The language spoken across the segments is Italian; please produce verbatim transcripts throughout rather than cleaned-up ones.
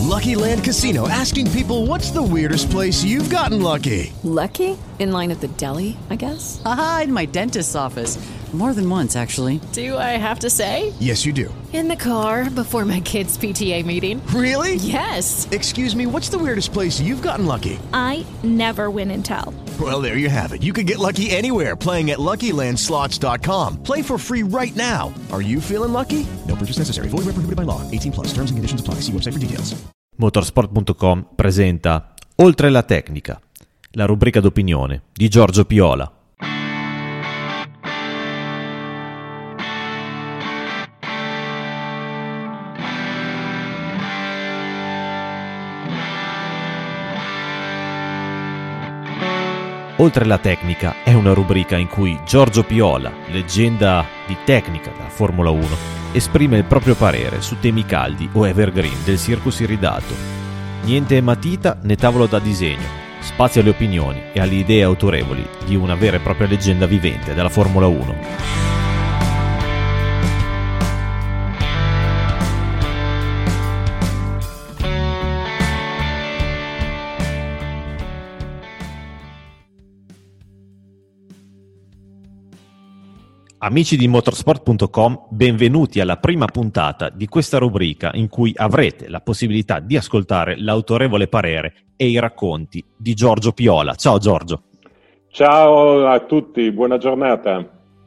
Lucky Land Casino, asking people, what's the weirdest place you've gotten lucky? Lucky? In line at the deli, I guess? Aha, in my dentist's office. More than once, actually. Do I have to say? Yes, you do. In the car before my kids' P T A meeting. Really? Yes. Excuse me, what's the weirdest place you've gotten lucky? I never win and tell. Well, there you have it. You can get lucky anywhere, playing at Lucky Land Slots dot com. Play for free right now. Are you feeling lucky? No purchase necessary. Void where prohibited by law. eighteen plus. Terms and conditions apply. See website for details. Motorsport punto com presenta Oltre la tecnica, la rubrica d'opinione di Giorgio Piola. Oltre la tecnica è una rubrica in cui Giorgio Piola, leggenda di tecnica della Formula uno, esprime il proprio parere su temi caldi o evergreen del circus iridato. Niente matita né tavolo da disegno, spazio alle opinioni e alle idee autorevoli di una vera e propria leggenda vivente della Formula uno. Amici di Motorsport punto com, benvenuti alla prima puntata di questa rubrica in cui avrete la possibilità di ascoltare l'autorevole parere e i racconti di Giorgio Piola. Ciao Giorgio. Ciao a tutti, buona giornata.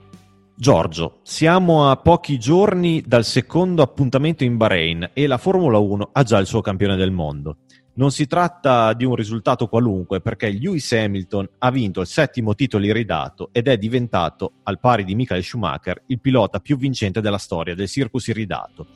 Giorgio, siamo a pochi giorni dal secondo appuntamento in Bahrain e la Formula uno ha già il suo campione del mondo. Non si tratta di un risultato qualunque perché Lewis Hamilton ha vinto il settimo titolo iridato ed è diventato, al pari di Michael Schumacher, il pilota più vincente della storia del circus iridato.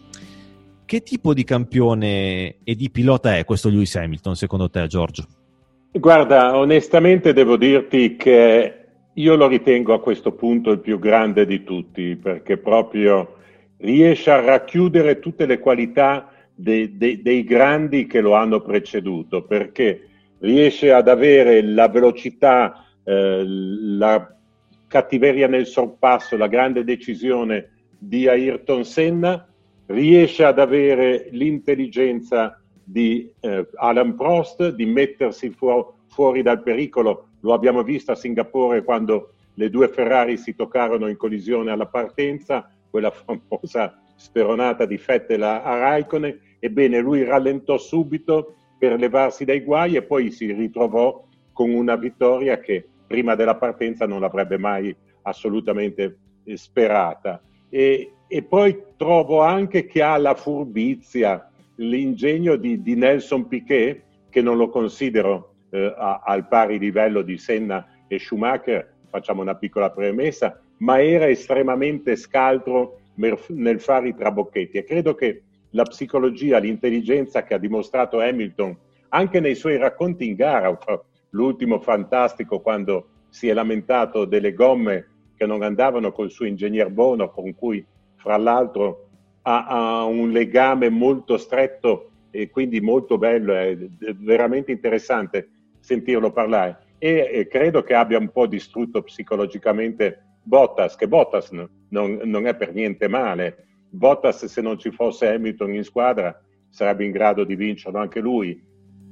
Che tipo di campione e di pilota è questo Lewis Hamilton secondo te, Giorgio? Guarda, onestamente devo dirti che io lo ritengo a questo punto il più grande di tutti perché proprio riesce a racchiudere tutte le qualità Dei, dei, dei grandi che lo hanno preceduto, perché riesce ad avere la velocità, eh, la cattiveria nel sorpasso, la grande decisione di Ayrton Senna, riesce ad avere l'intelligenza di eh, Alain Prost, di mettersi fu- fuori dal pericolo. Lo abbiamo visto a Singapore quando le due Ferrari si toccarono in collisione alla partenza, quella famosa speronata di Vettel a Raikkonen. Ebbene, lui rallentò subito per levarsi dai guai e poi si ritrovò con una vittoria che prima della partenza non l'avrebbe mai assolutamente sperata. E, e poi trovo anche che ha la furbizia, l'ingegno di, di Nelson Piquet, che non lo considero eh, a, al pari livello di Senna e Schumacher, facciamo una piccola premessa, ma era estremamente scaltro nel fare i trabocchetti e credo che la psicologia, l'intelligenza che ha dimostrato Hamilton anche nei suoi racconti in gara, l'ultimo fantastico quando si è lamentato delle gomme che non andavano col suo ingegner Bono, con cui fra l'altro ha, ha un legame molto stretto e quindi molto bello, è veramente interessante sentirlo parlare e, e credo che abbia un po' distrutto psicologicamente Bottas, che Bottas no, non, non è per niente male. Bottas, se non ci fosse Hamilton in squadra, sarebbe in grado di vincerlo anche lui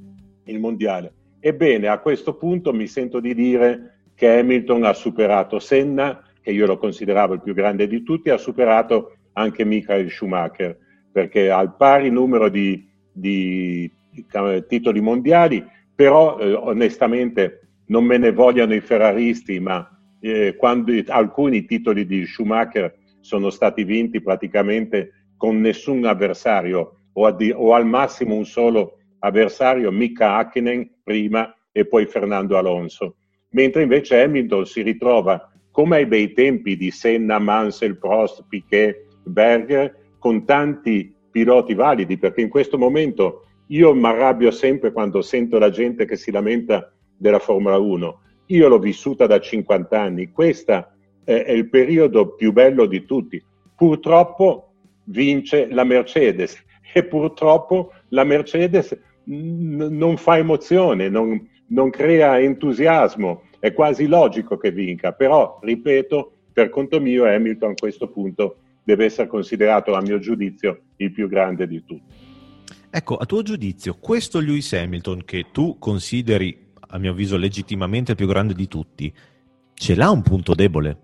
il mondiale. Ebbene, a questo punto mi sento di dire che Hamilton ha superato Senna, che io lo consideravo il più grande di tutti, ha superato anche Michael Schumacher, perché ha il pari numero di, di, di titoli mondiali, però eh, onestamente non me ne vogliano i ferraristi, ma eh, quando alcuni titoli di Schumacher sono stati vinti praticamente con nessun avversario o, addi- o al massimo un solo avversario, Mika Häkkinen prima e poi Fernando Alonso, mentre invece Hamilton si ritrova come ai bei tempi di Senna, Mansell, Prost, Piquet, Berger, con tanti piloti validi, perché in questo momento io mi arrabbio sempre quando sento la gente che si lamenta della Formula uno. Io l'ho vissuta da cinquanta anni, questa è il periodo più bello di tutti. Purtroppo vince la Mercedes e purtroppo la Mercedes n- non fa emozione, non, non crea entusiasmo, è quasi logico che vinca, però ripeto, per conto mio Hamilton a questo punto deve essere considerato, a mio giudizio, il più grande di tutti. Ecco, a tuo giudizio, questo Lewis Hamilton, che tu consideri, a mio avviso, legittimamente il più grande di tutti, ce l'ha un punto debole?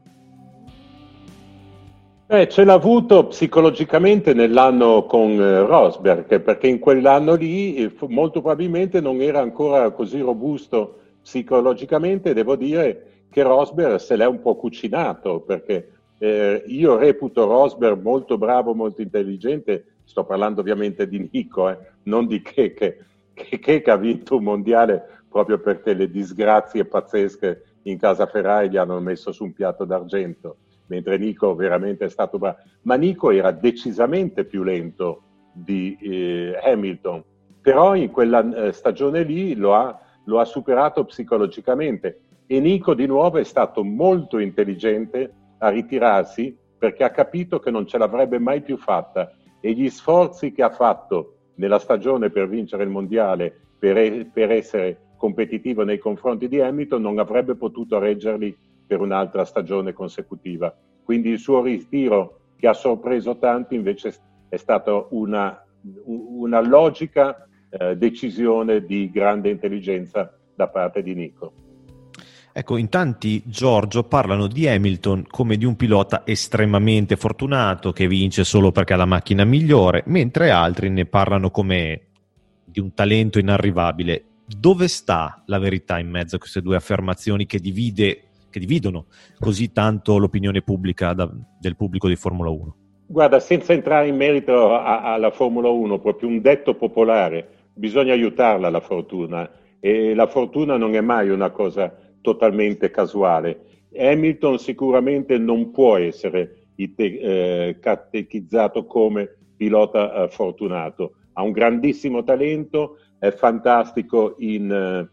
Eh, ce l'ha avuto psicologicamente nell'anno con eh, Rosberg, perché in quell'anno lì eh, fu- molto probabilmente non era ancora così robusto psicologicamente. Devo dire che Rosberg se l'è un po' cucinato, perché eh, io reputo Rosberg molto bravo, molto intelligente. Sto parlando ovviamente di Nico, eh, non di Keke, che Keke ha vinto un mondiale proprio perché le disgrazie pazzesche in casa Ferrari gli hanno messo su un piatto d'argento, mentre Nico veramente è stato bravo. Ma Nico era decisamente più lento di eh, Hamilton, però in quella eh, stagione lì lo ha, lo ha superato psicologicamente, e Nico di nuovo è stato molto intelligente a ritirarsi, perché ha capito che non ce l'avrebbe mai più fatta, e gli sforzi che ha fatto nella stagione per vincere il mondiale, per, per essere competitivo nei confronti di Hamilton, non avrebbe potuto reggerli per un'altra stagione consecutiva. Quindi il suo ritiro, che ha sorpreso tanti, invece è stata una, una logica eh, decisione di grande intelligenza da parte di Nico. Ecco, in tanti, Giorgio, parlano di Hamilton come di un pilota estremamente fortunato che vince solo perché ha la macchina migliore, mentre altri ne parlano come di un talento inarrivabile. Dove sta la verità in mezzo a queste due affermazioni che, divide, che dividono così tanto l'opinione pubblica da, del pubblico di Formula uno? Guarda, senza entrare in merito a, alla Formula uno, proprio un detto popolare: bisogna aiutarla la fortuna, e la fortuna non è mai una cosa totalmente casuale. Hamilton sicuramente non può essere eh, catechizzato come pilota eh, fortunato. Ha un grandissimo talento, è fantastico in,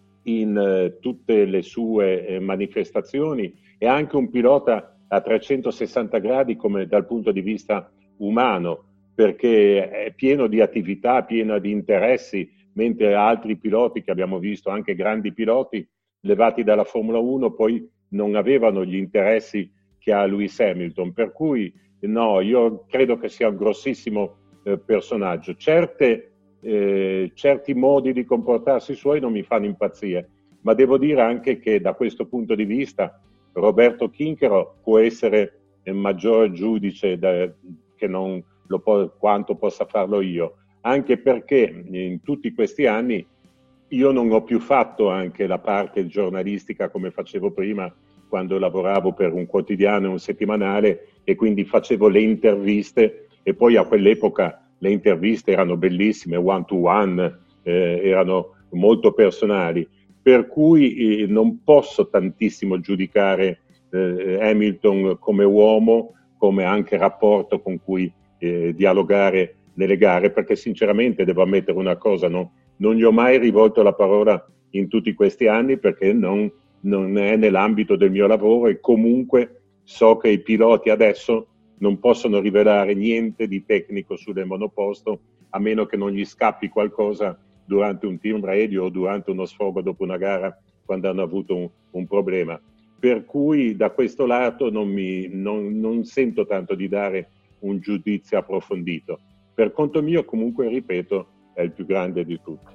in eh, tutte le sue eh, manifestazioni, è anche un pilota a trecentosessanta gradi come dal punto di vista umano, perché è pieno di attività, pieno di interessi, mentre altri piloti che abbiamo visto, anche grandi piloti, levati dalla Formula uno, poi non avevano gli interessi che ha Lewis Hamilton. Per cui no, io credo che sia un grossissimo eh, personaggio. Certe, eh, certi modi di comportarsi suoi non mi fanno impazzire, ma devo dire anche che da questo punto di vista Roberto Chinchero può essere il maggior giudice da, che non lo po- quanto possa farlo io, anche perché in tutti questi anni io non ho più fatto anche la parte giornalistica come facevo prima, quando lavoravo per un quotidiano e un settimanale, e quindi facevo le interviste, e poi a quell'epoca le interviste erano bellissime, one to one, eh, erano molto personali, per cui eh, non posso tantissimo giudicare eh, Hamilton come uomo, come anche rapporto con cui eh, dialogare nelle gare, perché sinceramente devo ammettere una cosa, no? Non gli ho mai rivolto la parola in tutti questi anni, perché non, non è nell'ambito del mio lavoro, e comunque so che i piloti adesso non possono rivelare niente di tecnico sul monoposto, a meno che non gli scappi qualcosa durante un team radio o durante uno sfogo dopo una gara, quando hanno avuto un, un problema. Per cui da questo lato non, mi, non, non sento tanto di dare un giudizio approfondito. Per conto mio, comunque, ripeto, è il più grande di tutti.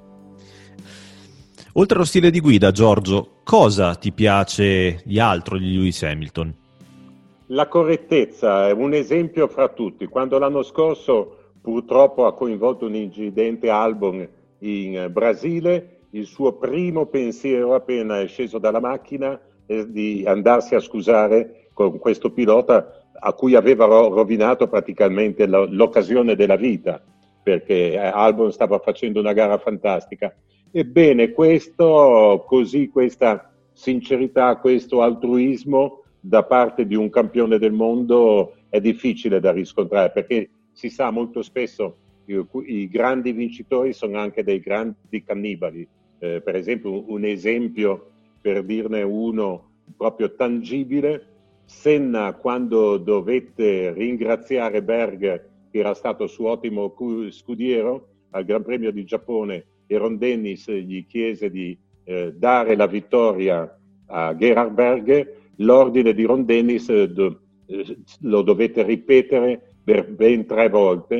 Oltre allo stile di guida, Giorgio, cosa ti piace di altro di Lewis Hamilton? La correttezza è un esempio fra tutti. Quando l'anno scorso purtroppo ha coinvolto un incidente Albon in Brasile, il suo primo pensiero appena è sceso dalla macchina è di andarsi a scusare con questo pilota a cui aveva rovinato praticamente l'occasione della vita, perché Albon stava facendo una gara fantastica. Ebbene, questo, così, questa sincerità, questo altruismo da parte di un campione del mondo è difficile da riscontrare, perché si sa molto spesso i, i grandi vincitori sono anche dei grandi cannibali. Eh, per esempio, un esempio, per dirne uno proprio tangibile: Senna, quando dovette ringraziare Berger, che era stato suo ottimo scudiero al Gran Premio di Giappone, e Ron Dennis gli chiese di eh, dare la vittoria a Gerhard Berger, l'ordine di Ron Dennis eh, do, eh, lo dovette ripetere per ben tre volte,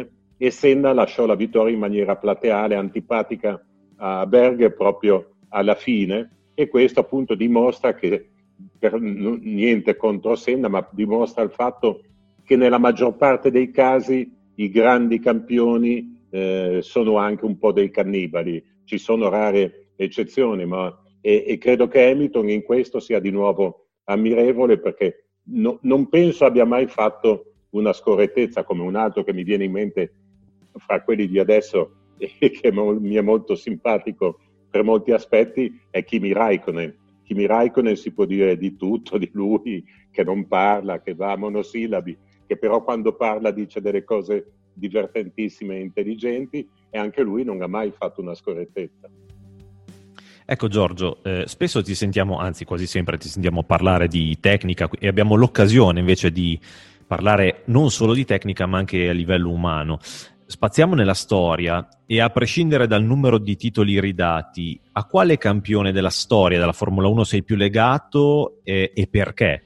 e Senna lasciò la vittoria in maniera plateale, antipatica a Berger proprio alla fine, e questo appunto dimostra che, per niente contro Senna, ma dimostra il fatto che nella maggior parte dei casi i grandi campioni eh, sono anche un po' dei cannibali. Ci sono rare eccezioni, ma e, e credo che Hamilton in questo sia di nuovo ammirevole, perché no, non penso abbia mai fatto una scorrettezza, come un altro che mi viene in mente fra quelli di adesso e che mo, mi è molto simpatico per molti aspetti, è Kimi Raikkonen. Kimi Raikkonen si può dire di tutto di lui, che non parla, che va a monosillabi, che però quando parla dice delle cose divertentissime e intelligenti, e anche lui non ha mai fatto una scorrettezza. Ecco Giorgio, eh, spesso ti sentiamo, anzi quasi sempre ti sentiamo parlare di tecnica, e abbiamo l'occasione invece di parlare non solo di tecnica ma anche a livello umano. Spaziamo nella storia e, a prescindere dal numero di titoli ridati, a quale campione della storia della Formula uno sei più legato e, e perché?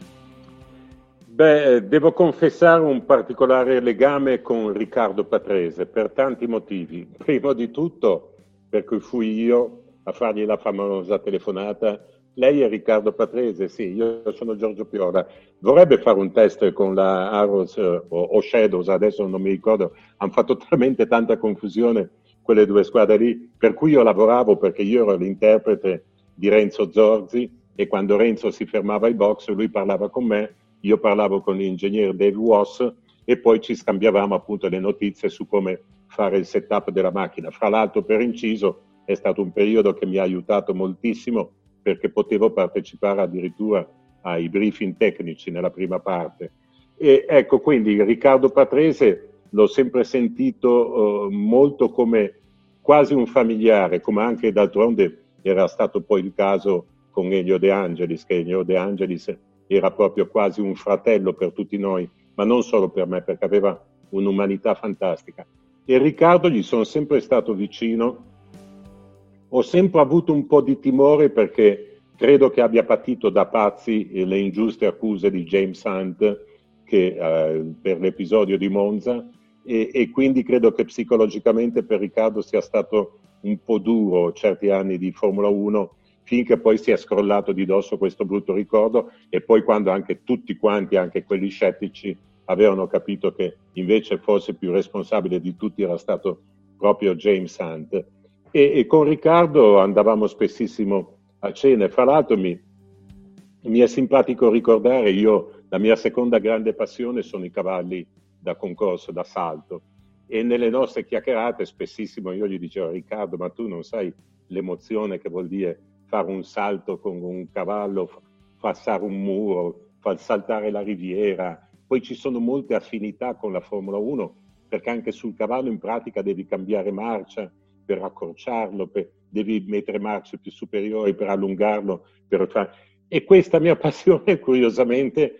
Beh, devo confessare un particolare legame con Riccardo Patrese per tanti motivi. Primo di tutto, perché fui io a fargli la famosa telefonata. Lei è Riccardo Patrese? Sì, io sono Giorgio Piola. Vorrebbe fare un test con la Arrows o, o Shadows, adesso non mi ricordo. Hanno fatto talmente tanta confusione quelle due squadre lì, per cui io lavoravo, perché io ero l'interprete di Renzo Zorzi, e quando Renzo si fermava ai box lui parlava con me, io parlavo con l'ingegnere Dave Ross, e poi ci scambiavamo appunto le notizie su come fare il setup della macchina. Fra l'altro, per inciso, è stato un periodo che mi ha aiutato moltissimo, perché potevo partecipare addirittura ai briefing tecnici nella prima parte. E ecco, quindi Riccardo Patrese l'ho sempre sentito uh, molto come quasi un familiare, come anche d'altronde era stato poi il caso con Elio De Angelis, che Elio De Angelis era proprio quasi un fratello per tutti noi, ma non solo per me, perché aveva un'umanità fantastica. E Riccardo gli sono sempre stato vicino. Ho sempre avuto un po' di timore, perché credo che abbia patito da pazzi le ingiuste accuse di James Hunt che, eh, per l'episodio di Monza, e, e quindi credo che psicologicamente per Riccardo sia stato un po' duro certi anni di Formula uno, finché poi si è scrollato di dosso questo brutto ricordo, e poi quando anche tutti quanti, anche quelli scettici, avevano capito che invece forse più responsabile di tutti era stato proprio James Hunt. E, e con Riccardo andavamo spessissimo a cena. Fra l'altro mi, mi è simpatico ricordare, io la mia seconda grande passione sono i cavalli da concorso, da salto, e nelle nostre chiacchierate spessissimo io gli dicevo: Riccardo, ma tu non sai l'emozione che vuol dire fare un salto con un cavallo, passare un muro, far saltare la riviera. Poi ci sono molte affinità con la Formula uno, perché anche sul cavallo in pratica devi cambiare marcia per accorciarlo, per, devi mettere marce più superiori per allungarlo, per fare... E questa mia passione, curiosamente,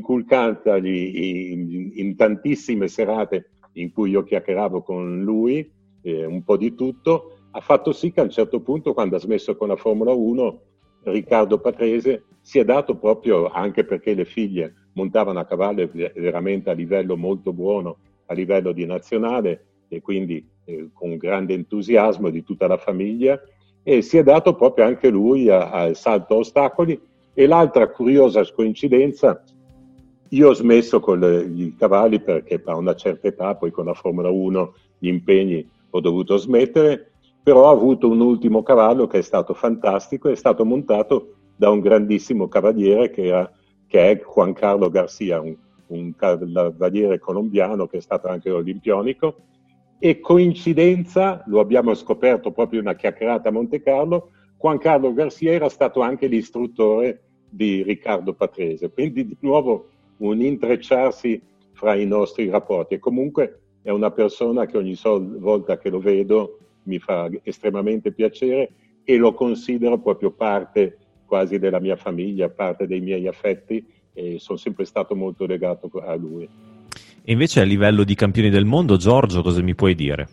inculcatagli in, in tantissime serate in cui io chiacchieravo con lui, eh, un po' di tutto, ha fatto sì che a un certo punto, quando ha smesso con la Formula uno, Riccardo Patrese si è dato proprio, anche perché le figlie montavano a cavallo veramente a livello molto buono, a livello di nazionale, e quindi eh, con grande entusiasmo di tutta la famiglia, e si è dato proprio anche lui al salto a ostacoli. E l'altra curiosa coincidenza, io ho smesso con le, i cavalli perché a una certa età, poi con la Formula uno, gli impegni, ho dovuto smettere, però ho avuto un ultimo cavallo che è stato fantastico, è stato montato da un grandissimo cavaliere che, era, che è Juan Carlos Garcia, un, un cavaliere colombiano che è stato anche olimpionico. E coincidenza, lo abbiamo scoperto proprio in una chiacchierata a Monte Carlo, Juan Carlos Garcia era stato anche l'istruttore di Riccardo Patrese, quindi di nuovo un intrecciarsi fra i nostri rapporti. E comunque è una persona che ogni sol- volta che lo vedo mi fa estremamente piacere, e lo considero proprio parte quasi della mia famiglia, parte dei miei affetti, e sono sempre stato molto legato a lui. E invece a livello di campioni del mondo, Giorgio, cosa mi puoi dire?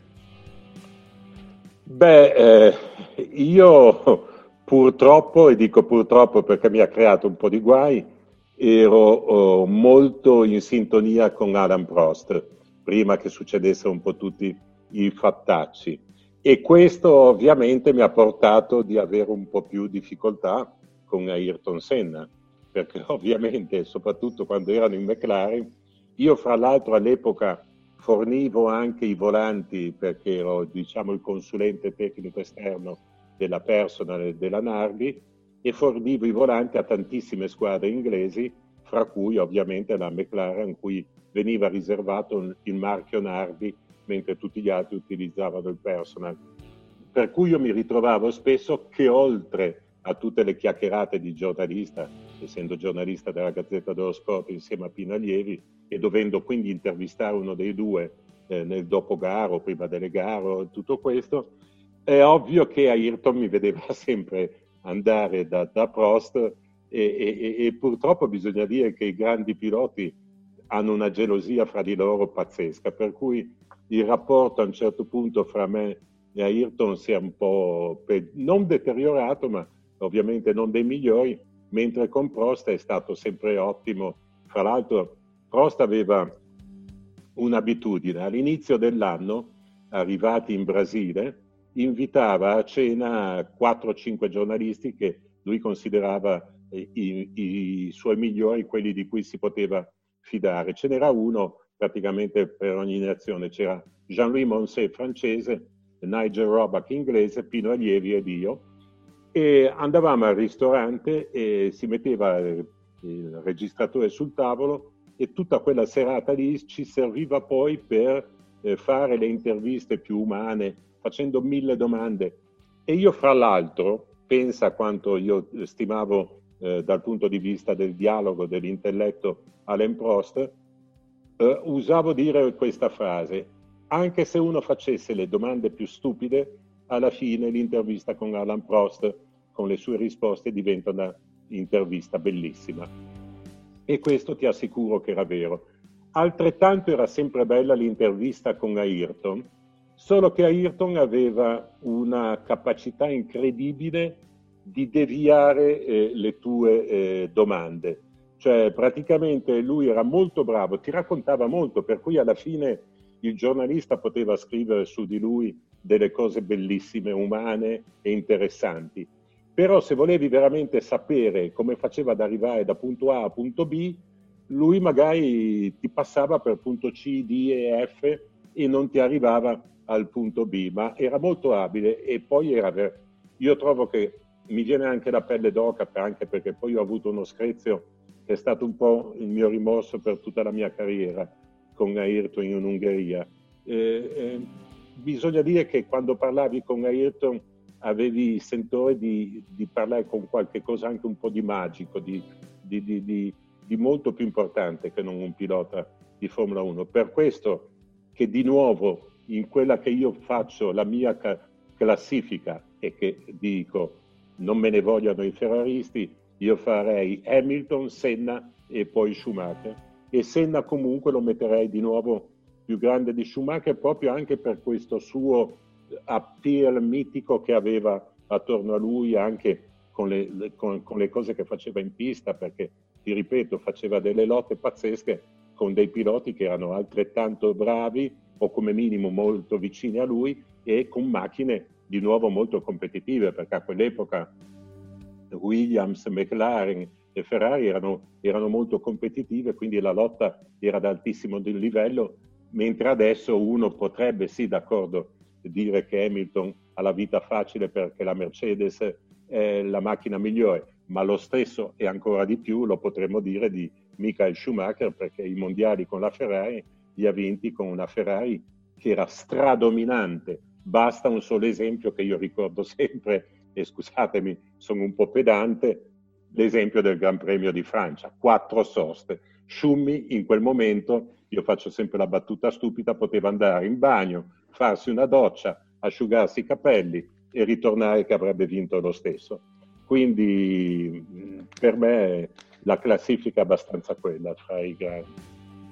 Beh, eh, io purtroppo, e dico purtroppo perché mi ha creato un po' di guai, ero oh, molto in sintonia con Alan Prost. prima che succedessero un po' tutti i fattacci. E questo ovviamente mi ha portato di avere un po' più difficoltà con Ayrton Senna, perché ovviamente, soprattutto quando erano in McLaren, io fra l'altro all'epoca fornivo anche i volanti, perché ero, diciamo, il consulente tecnico esterno della personal della Nardi, e fornivo i volanti a tantissime squadre inglesi, fra cui ovviamente la McLaren, cui veniva riservato il marchio Nardi, mentre tutti gli altri utilizzavano il personal. Per cui io mi ritrovavo spesso che, oltre a tutte le chiacchierate di giornalista, essendo giornalista della Gazzetta dello Sport insieme a Pino Allievi, e dovendo quindi intervistare uno dei due eh, nel dopogara o prima delle gare, tutto questo, è ovvio che Ayrton mi vedeva sempre andare da, da Prost, e, e, e purtroppo bisogna dire che i grandi piloti hanno una gelosia fra di loro pazzesca, per cui il rapporto a un certo punto fra me e Ayrton si è un po' pe- non deteriorato, ma ovviamente non dei migliori, mentre con Prost è stato sempre ottimo. Fra l'altro Prost aveva un'abitudine: all'inizio dell'anno, arrivati in Brasile, invitava a cena quattro o cinque giornalisti che lui considerava i, i suoi migliori, quelli di cui si poteva fidare. Ce n'era uno praticamente per ogni nazione: c'era Jean-Louis Moncet francese, Nigel Roebuck inglese, Pino Allievi ed io, e andavamo al ristorante e si metteva il, il registratore sul tavolo, e tutta quella serata lì ci serviva poi per eh, fare le interviste più umane, facendo mille domande. E io, fra l'altro, pensa quanto io stimavo eh, dal punto di vista del dialogo, dell'intelletto, Alain Prost, eh, usavo dire questa frase: anche se uno facesse le domande più stupide, alla fine l'intervista con Alain Prost, con le sue risposte, diventa una intervista bellissima. E questo ti assicuro che era vero. Altrettanto era sempre bella l'intervista con Ayrton, solo che Ayrton aveva una capacità incredibile di deviare eh, le tue eh, domande. Cioè, praticamente lui era molto bravo, ti raccontava molto, per cui alla fine il giornalista poteva scrivere su di lui delle cose bellissime, umane e interessanti. Però se volevi veramente sapere come faceva ad arrivare da punto A a punto B, lui magari ti passava per punto C, D e F e non ti arrivava al punto B, ma era molto abile. E poi era ver- io trovo che mi viene anche la pelle d'oca, anche perché poi ho avuto uno screzio che è stato un po' il mio rimorso per tutta la mia carriera con Ayrton in Ungheria. Eh, eh, bisogna dire che quando parlavi con Ayrton avevi il sentore di, di parlare con qualche cosa anche un po' di magico, di, di, di, di, di molto più importante che non un pilota di Formula uno. Per questo che di nuovo in quella che io faccio la mia ca- classifica, e che dico non me ne vogliono i ferraristi, io farei Hamilton, Senna e poi Schumacher. E Senna comunque lo metterei di nuovo più grande di Schumacher, proprio anche per questo suo appeal mitico che aveva attorno a lui, anche con le, le, con, con le cose che faceva in pista, perché ti ripeto, faceva delle lotte pazzesche con dei piloti che erano altrettanto bravi o come minimo molto vicini a lui, e con macchine di nuovo molto competitive, perché a quell'epoca Williams, McLaren e Ferrari erano, erano molto competitive, quindi la lotta era ad altissimo livello, mentre adesso uno potrebbe, sì, d'accordo, dire che Hamilton ha la vita facile perché la Mercedes è la macchina migliore, ma lo stesso e ancora di più lo potremmo dire di Michael Schumacher, perché i mondiali con la Ferrari li ha vinti con una Ferrari che era stradominante. Basta un solo esempio che io ricordo sempre, e scusatemi, sono un po' pedante, l'esempio del Gran Premio di Francia, quattro soste. Schumi in quel momento, io faccio sempre la battuta stupida, poteva andare in bagno, farsi una doccia, asciugarsi i capelli e ritornare che avrebbe vinto lo stesso. Quindi per me la classifica è abbastanza quella fra i grandi.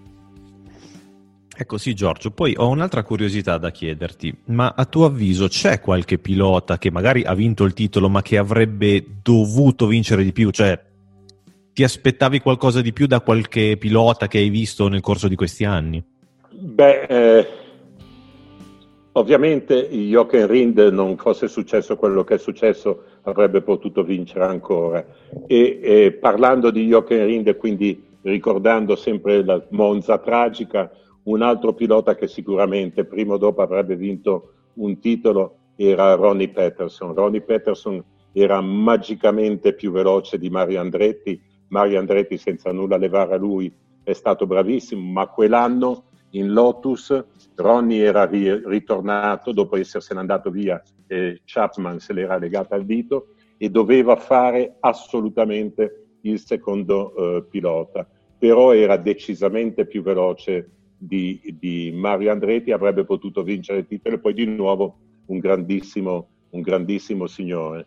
Ecco, sì, Giorgio, poi ho un'altra curiosità da chiederti, ma a tuo avviso c'è qualche pilota che magari ha vinto il titolo ma che avrebbe dovuto vincere di più? Cioè, ti aspettavi qualcosa di più da qualche pilota che hai visto nel corso di questi anni? Beh, eh, ovviamente Jochen Rindt, non fosse successo quello che è successo, avrebbe potuto vincere ancora. E, e parlando di Jochen Rindt, e quindi ricordando sempre la Monza tragica, un altro pilota che sicuramente prima o dopo avrebbe vinto un titolo era Ronnie Peterson. Ronnie Peterson era magicamente più veloce di Mario Andretti. Mario Andretti, senza nulla levare a lui, è stato bravissimo, ma quell'anno in Lotus Ronnie era ri- ritornato dopo essersene andato via e Chapman se l'era legata al dito e doveva fare assolutamente il secondo eh, pilota, però era decisamente più veloce di, di Mario Andretti, avrebbe potuto vincere il titolo e poi di nuovo un grandissimo, un grandissimo signore.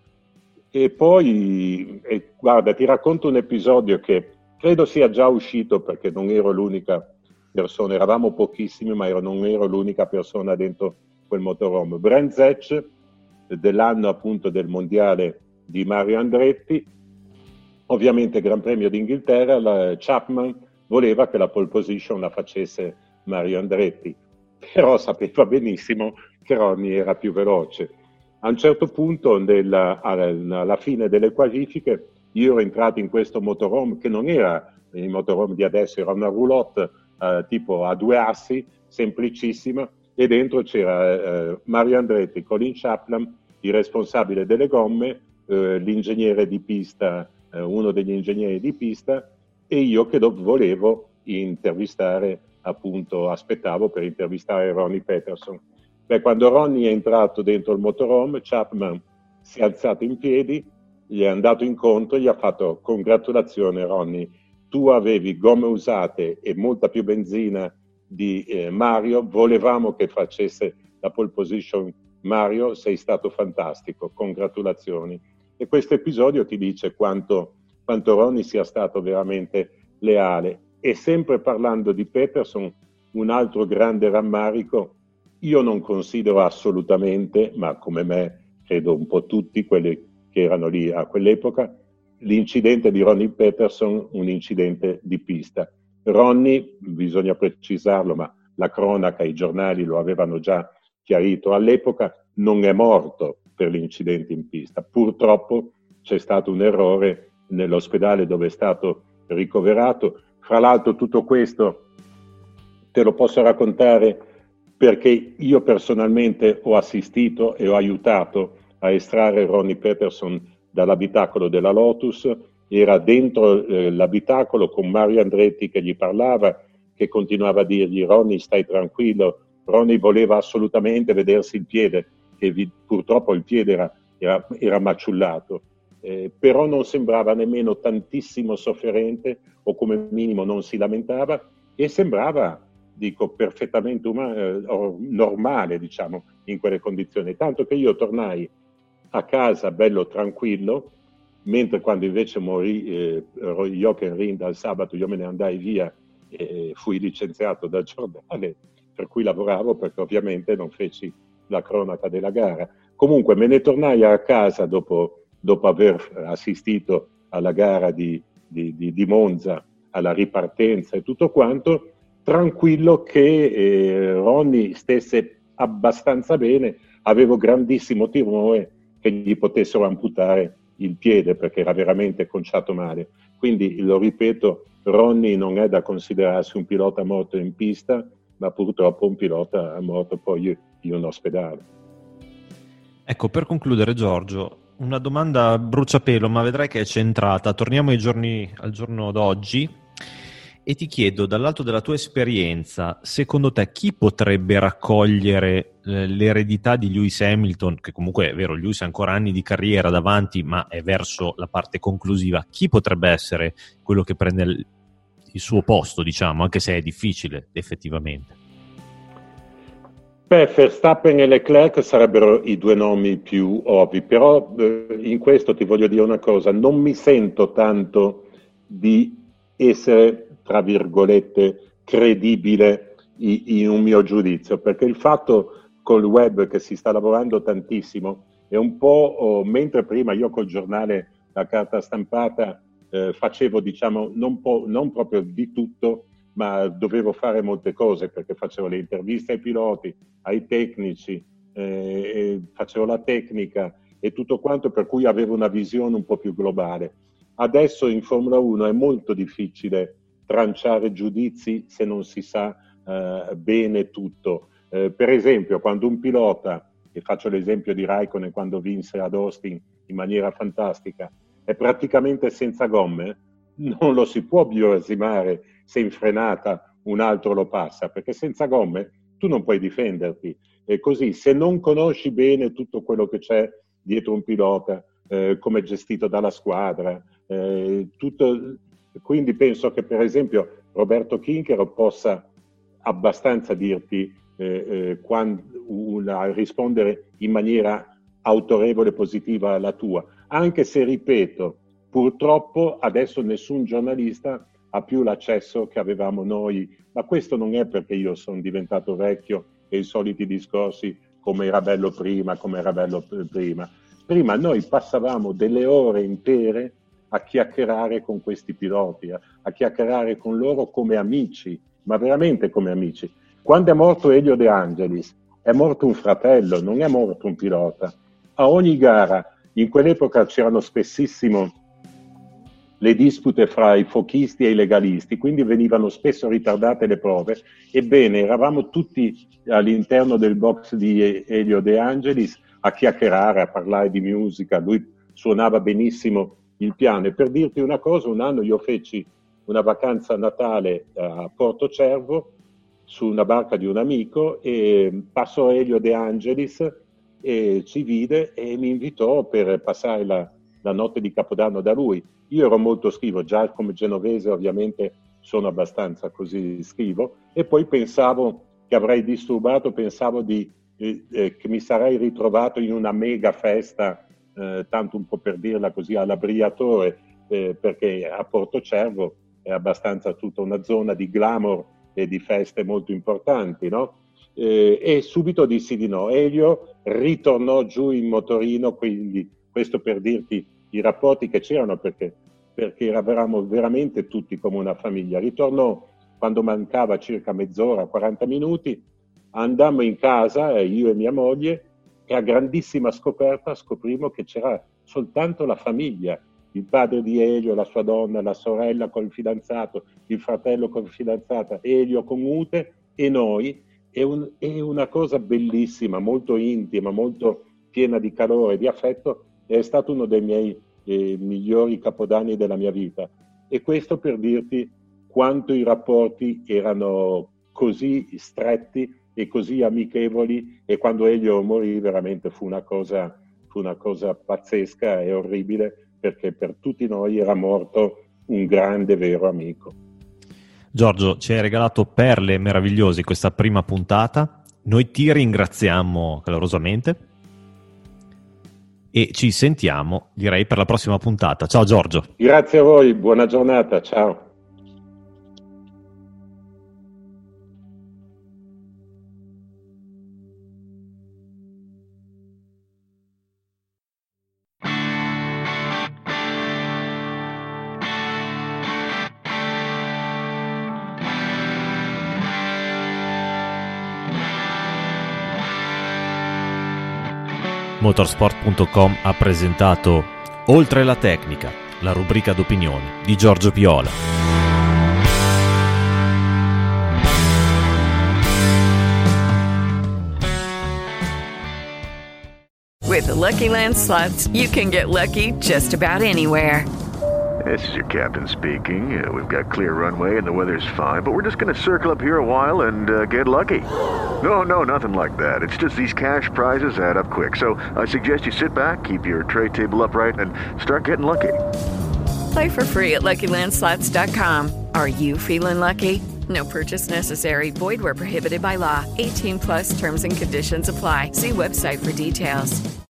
E poi, e guarda, ti racconto un episodio che credo sia già uscito perché non ero l'unica persona, eravamo pochissimi, ma ero, non ero l'unica persona dentro quel motorhome. Brands Hatch, dell'anno appunto del mondiale di Mario Andretti, ovviamente Gran Premio d'Inghilterra, la Chapman voleva che la pole position la facesse Mario Andretti, però sapeva benissimo che Ronnie era più veloce. A un certo punto, nella, alla fine delle qualifiche, io ero entrato in questo motorhome che non era il motorhome di adesso, era una roulotte eh, tipo a due assi, semplicissima, e dentro c'era eh, Mario Andretti, Colin Chapman, il responsabile delle gomme, eh, l'ingegnere di pista, eh, uno degli ingegneri di pista, e io che volevo intervistare, appunto, aspettavo per intervistare Ronnie Peterson. Beh, quando Ronnie è entrato dentro il motorhome, Chapman si è alzato in piedi, gli è andato incontro e gli ha fatto: congratulazioni Ronnie, tu avevi gomme usate e molta più benzina di eh, Mario, volevamo che facesse la pole position Mario, sei stato fantastico, congratulazioni. E questo episodio ti dice quanto, quanto Ronnie sia stato veramente leale. E sempre parlando di Peterson, un altro grande rammarico: io non considero assolutamente, ma come me credo un po' tutti quelli che erano lì a quell'epoca, l'incidente di Ronnie Peterson un incidente di pista. Ronnie, bisogna precisarlo, ma la cronaca, i giornali lo avevano già chiarito all'epoca, non è morto per l'incidente in pista. Purtroppo c'è stato un errore nell'ospedale dove è stato ricoverato. Fra l'altro tutto questo te lo posso raccontare perché io personalmente ho assistito e ho aiutato a estrarre Ronnie Peterson dall'abitacolo della Lotus. Era dentro eh, l'abitacolo con Mario Andretti che gli parlava, che continuava a dirgli: Ronnie, stai tranquillo. Ronnie voleva assolutamente vedersi il piede, che vi, purtroppo il piede era, era, era maciullato, eh, però non sembrava nemmeno tantissimo sofferente, o come minimo non si lamentava, e sembrava, dico, perfettamente umano, normale, diciamo, in quelle condizioni. Tanto che io tornai a casa bello tranquillo, mentre quando invece morì eh, Jochen Rindt al sabato, io me ne andai via e fui licenziato dal giornale per cui lavoravo, perché ovviamente non feci la cronaca della gara. Comunque me ne tornai a casa dopo, dopo aver assistito alla gara di, di, di, di Monza, alla ripartenza e tutto quanto, tranquillo che eh, Ronnie stesse abbastanza bene. Avevo grandissimo timore che gli potessero amputare il piede perché era veramente conciato male. Quindi, lo ripeto, Ronnie non è da considerarsi un pilota morto in pista, ma purtroppo un pilota morto poi in un ospedale. Ecco, per concludere, Giorgio, una domanda a bruciapelo, ma vedrai che è centrata. Torniamo ai giorni, al giorno d'oggi e ti chiedo, dall'alto della tua esperienza, secondo te chi potrebbe raccogliere eh, l'eredità di Lewis Hamilton, che comunque è vero, Lewis ha ancora anni di carriera davanti, ma è verso la parte conclusiva. Chi potrebbe essere quello che prende il, il suo posto, diciamo, anche se è difficile effettivamente? Beh, Verstappen e Leclerc sarebbero i due nomi più ovvi, però eh, in questo ti voglio dire una cosa: non mi sento tanto di essere, tra virgolette, credibile in un mio giudizio, perché il fatto col web che si sta lavorando tantissimo è un po', oh, mentre prima io col giornale, la carta stampata, eh, facevo, diciamo, non, po- non proprio di tutto, ma dovevo fare molte cose perché facevo le interviste ai piloti, ai tecnici, eh, facevo la tecnica e tutto quanto, per cui avevo una visione un po' più globale. Adesso in Formula uno è molto difficile tranciare giudizi se non si sa eh, bene tutto. Eh, per esempio, quando un pilota, e faccio l'esempio di Raikkonen quando vinse ad Austin in maniera fantastica, è praticamente senza gomme, non lo si può biosimare se in frenata un altro lo passa, perché senza gomme tu non puoi difenderti. E così, se non conosci bene tutto quello che c'è dietro un pilota, eh, come è gestito dalla squadra, eh, tutto, quindi penso che per esempio Roberto Chinchero possa abbastanza dirti eh, eh, quando, una, rispondere in maniera autorevole e positiva alla tua, anche se, ripeto, purtroppo adesso nessun giornalista ha più l'accesso che avevamo noi, ma questo non è perché io sono diventato vecchio e i soliti discorsi come era bello prima, come era bello prima. Prima noi passavamo delle ore intere a chiacchierare con questi piloti, a, a chiacchierare con loro come amici, ma veramente come amici. Quando è morto Elio De Angelis, è morto un fratello, non è morto un pilota. A ogni gara, in quell'epoca c'erano spessissimo le dispute fra i fochisti e i legalisti, quindi venivano spesso ritardate le prove. Ebbene, eravamo tutti all'interno del box di Elio De Angelis a chiacchierare, a parlare di musica. Lui suonava benissimo il piano. E per dirti una cosa, un anno io feci una vacanza a Natale a Porto Cervo su una barca di un amico e passò Elio De Angelis e ci vide e mi invitò per passare la, la notte di Capodanno da lui. Io ero molto schivo, già come genovese ovviamente sono abbastanza così schivo, e poi pensavo che avrei disturbato, pensavo di, eh, eh, che mi sarei ritrovato in una mega festa, eh, tanto un po' per dirla così, alla Briatore, eh, perché a Porto Cervo è abbastanza tutta una zona di glamour e di feste molto importanti, no? Eh, e subito dissi di no. Elio ritornò giù in motorino, quindi questo per dirti i rapporti che c'erano, perché, perché eravamo veramente tutti come una famiglia. Ritornò quando mancava circa mezz'ora, quaranta minuti, andammo in casa, io e mia moglie, e a grandissima scoperta scoprimmo che c'era soltanto la famiglia, il padre di Elio, la sua donna, la sorella col fidanzato, il fratello col fidanzata, Elio con Ute e noi. È, un, è una cosa bellissima, molto intima, molto piena di calore, di affetto. È stato uno dei miei eh, migliori capodanni della mia vita, e questo per dirti quanto i rapporti erano così stretti e così amichevoli, e quando Elio morì veramente fu una cosa, fu una cosa pazzesca e orribile, perché per tutti noi era morto un grande vero amico. Giorgio, ci hai regalato perle meravigliose in questa prima puntata, noi ti ringraziamo calorosamente e ci sentiamo, direi, per la prossima puntata. Ciao Giorgio. Grazie a voi, buona giornata, ciao. Motorsport punto com ha presentato Oltre la tecnica, la rubrica d'opinione di Giorgio Piola. With the Lucky Land Slots, you can get lucky just about anywhere. This is your captain speaking. Uh, we've got clear runway and the weather's fine, but we're just going to circle up here a while and uh, get lucky. No, no, nothing like that. It's just these cash prizes add up quick. So I suggest you sit back, keep your tray table upright, and start getting lucky. Play for free at Lucky Land Slots dot com. Are you feeling lucky? No purchase necessary. Void where prohibited by law. eighteen plus terms and conditions apply. See website for details.